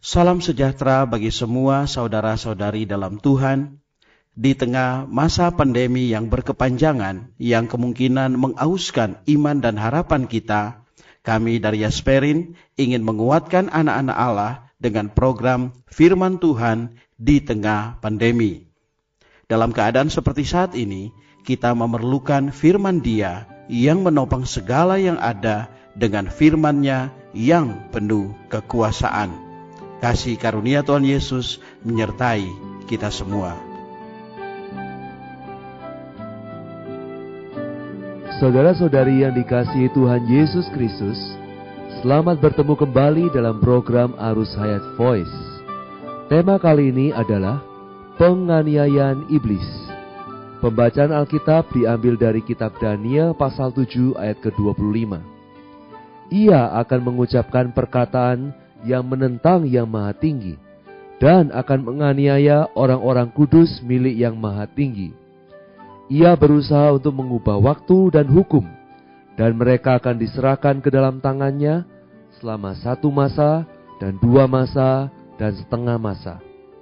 Salam sejahtera bagi semua saudara-saudari dalam Tuhan. Di tengah masa pandemi yang berkepanjangan, yang kemungkinan mengauskan iman dan harapan kita, kami dari Yasperin ingin menguatkan anak-anak Allah dengan program Firman Tuhan di tengah pandemi. Dalam keadaan seperti saat ini, kita memerlukan firman Dia yang menopang segala yang ada dengan firman-Nya yang penuh kekuasaan. Kasih karunia Tuhan Yesus menyertai kita semua. Saudara-saudari yang dikasihi Tuhan Yesus Kristus, selamat bertemu kembali dalam program Arus Hayat Voice. Tema kali ini adalah penganiayaan iblis. Pembacaan Alkitab diambil dari kitab Daniel pasal 7 ayat ke-25. Ia akan mengucapkan perkataan yang menentang Yang Maha Tinggi dan akan menganiaya orang-orang kudus milik Yang Maha Tinggi. Ia berusaha untuk mengubah waktu dan hukum, dan mereka akan diserahkan ke dalam tangannya selama 1 masa dan 2 masa dan setengah masa.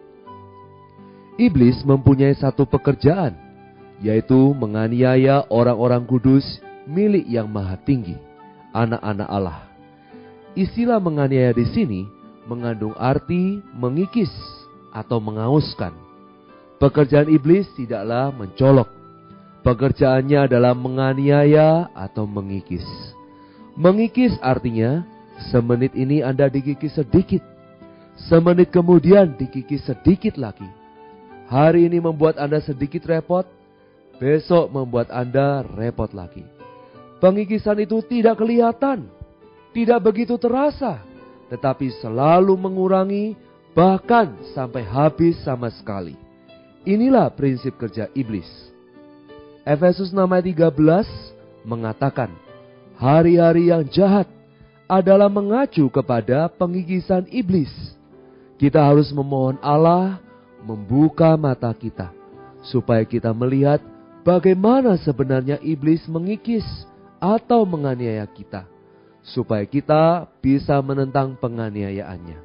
Iblis mempunyai satu pekerjaan, yaitu menganiaya orang-orang kudus milik Yang Maha Tinggi, anak-anak Allah. Istilah menganiaya di sini mengandung arti mengikis atau mengauskan. Pekerjaan iblis tidaklah mencolok. Pekerjaannya adalah menganiaya atau mengikis. Mengikis artinya, semenit ini Anda digigis sedikit. Semenit kemudian digigis sedikit lagi. Hari ini membuat Anda sedikit repot, besok membuat Anda repot lagi. Pengikisan itu tidak kelihatan, tidak begitu terasa, tetapi selalu mengurangi, bahkan sampai habis sama sekali. Inilah prinsip kerja iblis. Efesus 6 ayat 13 mengatakan, hari-hari yang jahat adalah mengacu kepada pengikisan iblis. Kita harus memohon Allah membuka mata kita, supaya kita melihat bagaimana sebenarnya iblis mengikis atau menganiaya kita, supaya kita bisa menentang penganiayaannya.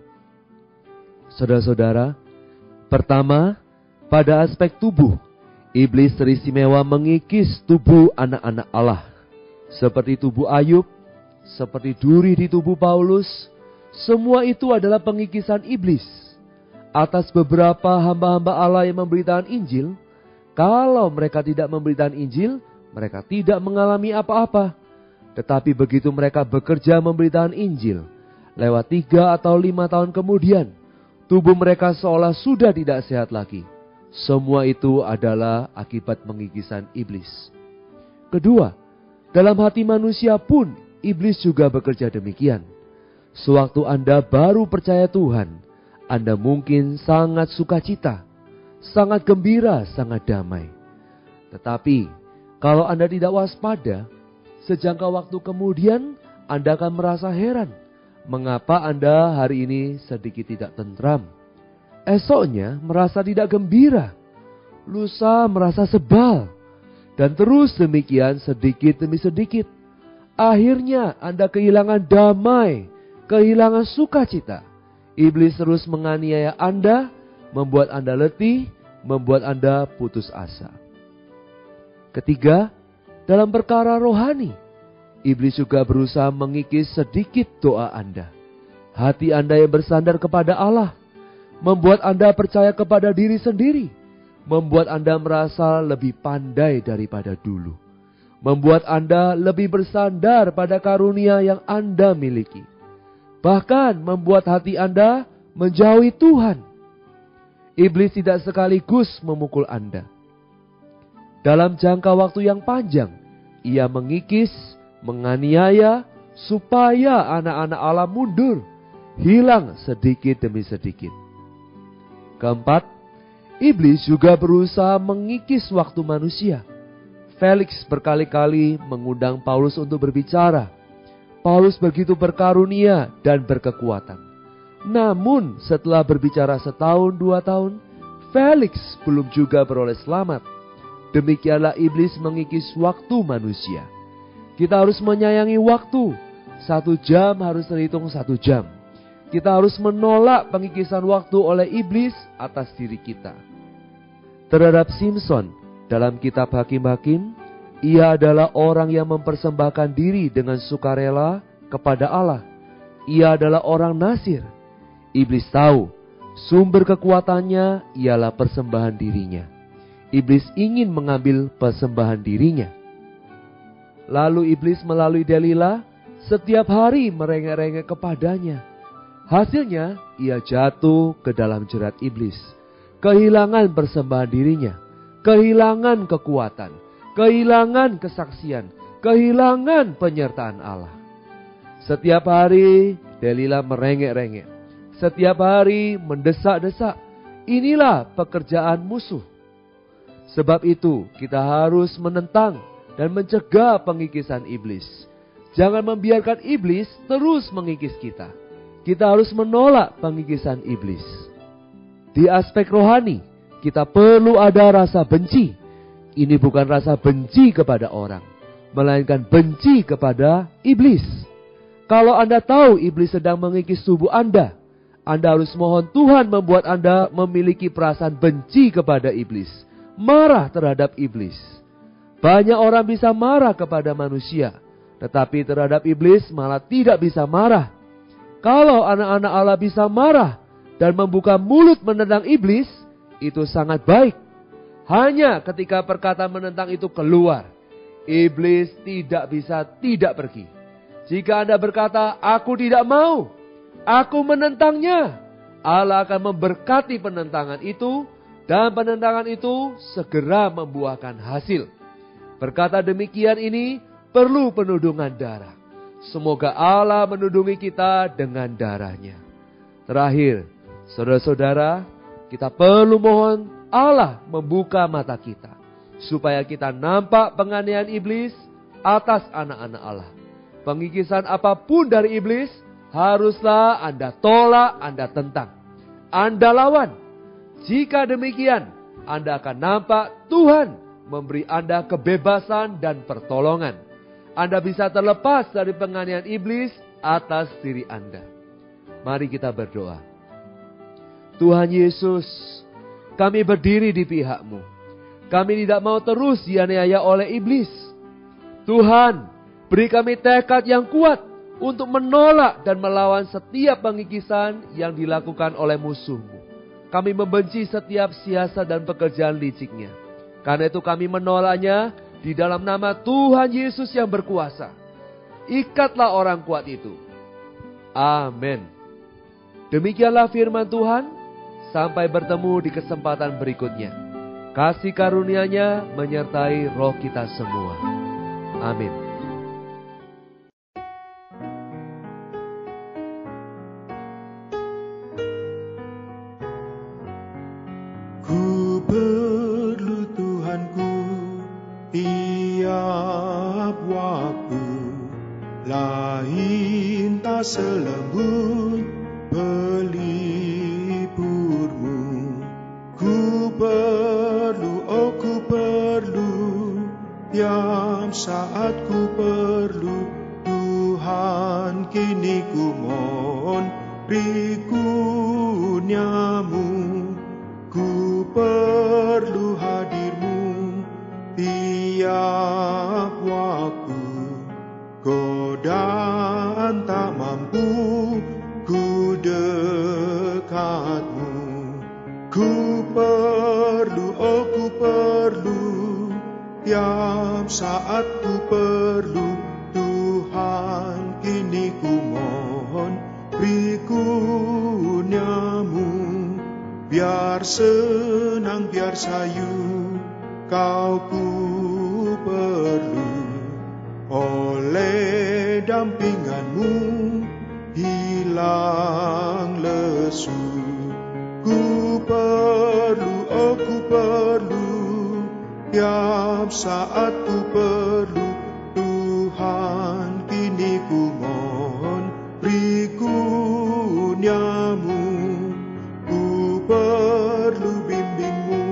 Saudara-saudara, pertama, pada aspek tubuh, iblis teristimewa mengikis tubuh anak-anak Allah. Seperti tubuh Ayub, seperti duri di tubuh Paulus, semua itu adalah pengikisan iblis. Atas beberapa hamba-hamba Allah yang memberitakan Injil, kalau mereka tidak memberitakan Injil, mereka tidak mengalami apa-apa. Tetapi begitu mereka bekerja memberitakan Injil, lewat 3 atau 5 tahun kemudian, tubuh mereka seolah sudah tidak sehat lagi. Semua itu adalah akibat pengikisan iblis. Kedua, dalam hati manusia pun, iblis juga bekerja demikian. Sewaktu Anda baru percaya Tuhan, Anda mungkin sangat sukacita, sangat gembira, sangat damai. Tetapi, kalau Anda tidak waspada, sejangka waktu kemudian Anda akan merasa heran, mengapa Anda hari ini sedikit tidak tentram. Esoknya merasa tidak gembira, lusa merasa sebal, dan terus demikian sedikit demi sedikit. Akhirnya Anda kehilangan damai, kehilangan sukacita. Iblis terus menganiaya Anda, membuat Anda letih, membuat Anda putus asa. Ketiga, dalam perkara rohani, iblis juga berusaha mengikis sedikit doa Anda. Hati Anda yang bersandar kepada Allah, membuat Anda percaya kepada diri sendiri, membuat Anda merasa lebih pandai daripada dulu, membuat Anda lebih bersandar pada karunia yang Anda miliki, bahkan membuat hati Anda menjauhi Tuhan. Iblis tidak sekaligus memukul Anda. Dalam jangka waktu yang panjang, ia mengikis, menganiaya, supaya anak-anak Allah mundur, hilang sedikit demi sedikit. Keempat, iblis juga berusaha mengikis waktu manusia. Felix berkali-kali mengundang Paulus untuk berbicara. Paulus begitu berkarunia dan berkekuatan. Namun setelah berbicara 1-2 tahun, Felix belum juga beroleh selamat. Demikianlah iblis mengikis waktu manusia. Kita harus menyayangi waktu. 1 jam harus terhitung 1 jam. Kita harus menolak pengikisan waktu oleh iblis atas diri kita. Terhadap Simson dalam kitab Hakim-Hakim, ia adalah orang yang mempersembahkan diri dengan sukarela kepada Allah. Ia adalah orang Nasir. Iblis tahu sumber kekuatannya ialah persembahan dirinya. Iblis ingin mengambil persembahan dirinya. Lalu iblis melalui Delila setiap hari merengek-rengek kepadanya. Hasilnya ia jatuh ke dalam jerat iblis. Kehilangan persembahan dirinya, kehilangan kekuatan, kehilangan kesaksian, kehilangan penyertaan Allah. Setiap hari Delila merengek-rengek. Setiap hari mendesak-desak. Inilah pekerjaan musuh. Sebab itu kita harus menentang dan mencegah pengikisan iblis. Jangan membiarkan iblis terus mengikis kita. Kita harus menolak pengikisan iblis. Di aspek rohani, kita perlu ada rasa benci. Ini bukan rasa benci kepada orang, melainkan benci kepada iblis. Kalau Anda tahu iblis sedang mengikis tubuh Anda harus mohon Tuhan membuat Anda memiliki perasaan benci kepada iblis. Marah terhadap iblis. Banyak orang bisa marah kepada manusia, tetapi terhadap iblis malah tidak bisa marah. Kalau anak-anak Allah bisa marah dan membuka mulut menentang iblis, itu sangat baik. Hanya ketika perkataan menentang itu keluar, iblis tidak bisa tidak pergi. Jika Anda berkata, aku tidak mau, aku menentangnya, Allah akan memberkati penentangan itu, dan penentangan itu segera membuahkan hasil. Berkata demikian ini perlu penudungan darah. Semoga Allah menudungi kita dengan darahnya. Terakhir, saudara-saudara, kita perlu mohon Allah membuka mata kita, supaya kita nampak penganiayaan iblis atas anak-anak Allah. Pengikisan apapun dari iblis, haruslah Anda tolak, Anda tentang, Anda lawan. Jika demikian, Anda akan nampak Tuhan memberi Anda kebebasan dan pertolongan. Anda bisa terlepas dari penganiayaan iblis atas diri Anda. Mari kita berdoa. Tuhan Yesus, kami berdiri di pihak-Mu. Kami tidak mau terus dianiaya oleh iblis. Tuhan, beri kami tekad yang kuat untuk menolak dan melawan setiap pengikisan yang dilakukan oleh musuh-Mu. Kami membenci setiap siasat dan pekerjaan liciknya. Karena itu kami menolaknya di dalam nama Tuhan Yesus yang berkuasa. Ikatlah orang kuat itu. Amin. Demikianlah firman Tuhan. Sampai bertemu di kesempatan berikutnya. Kasih karunia-Nya menyertai roh kita semua. Amin. Ku perlu Tuhanku tiap waktu, lain tak selembut pelipurmu. Ku perlu, oh ku perlu, tiap saat ku perlu. Tuhan kini ku mohon beri kurnia-Mu. Ku perlu hadir-Mu tiap waktu. Godaan tak mampu ku dekat-Mu. Ku perlu, oh ku perlu, tiap saat ku perlu. Tuhan kini ku mohon beri kurnia-Mu. Biar senang, biar sayu, Kau ku perlu. Oleh dampingan-Mu hilang lesu. Ku perlu, oh ku perlu, tiap saat ku perlu. Tuhan kini ku mohon beri kurnia-Mu. Ku perlu bimbing-Mu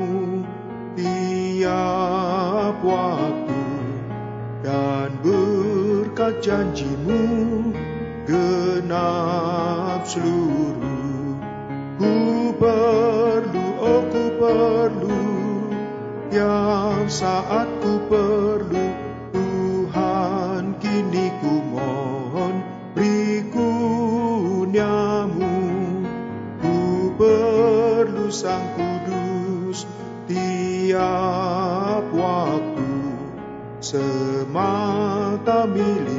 tiap waktu, dan berkat janji-Mu genap seluruh. Ku perlu, oh ku perlu, tiap saat ku perlu. Tuhan, kini ku mohon beri kurniamu. Ku perlu Sang Kudus tiap waktu, semata milik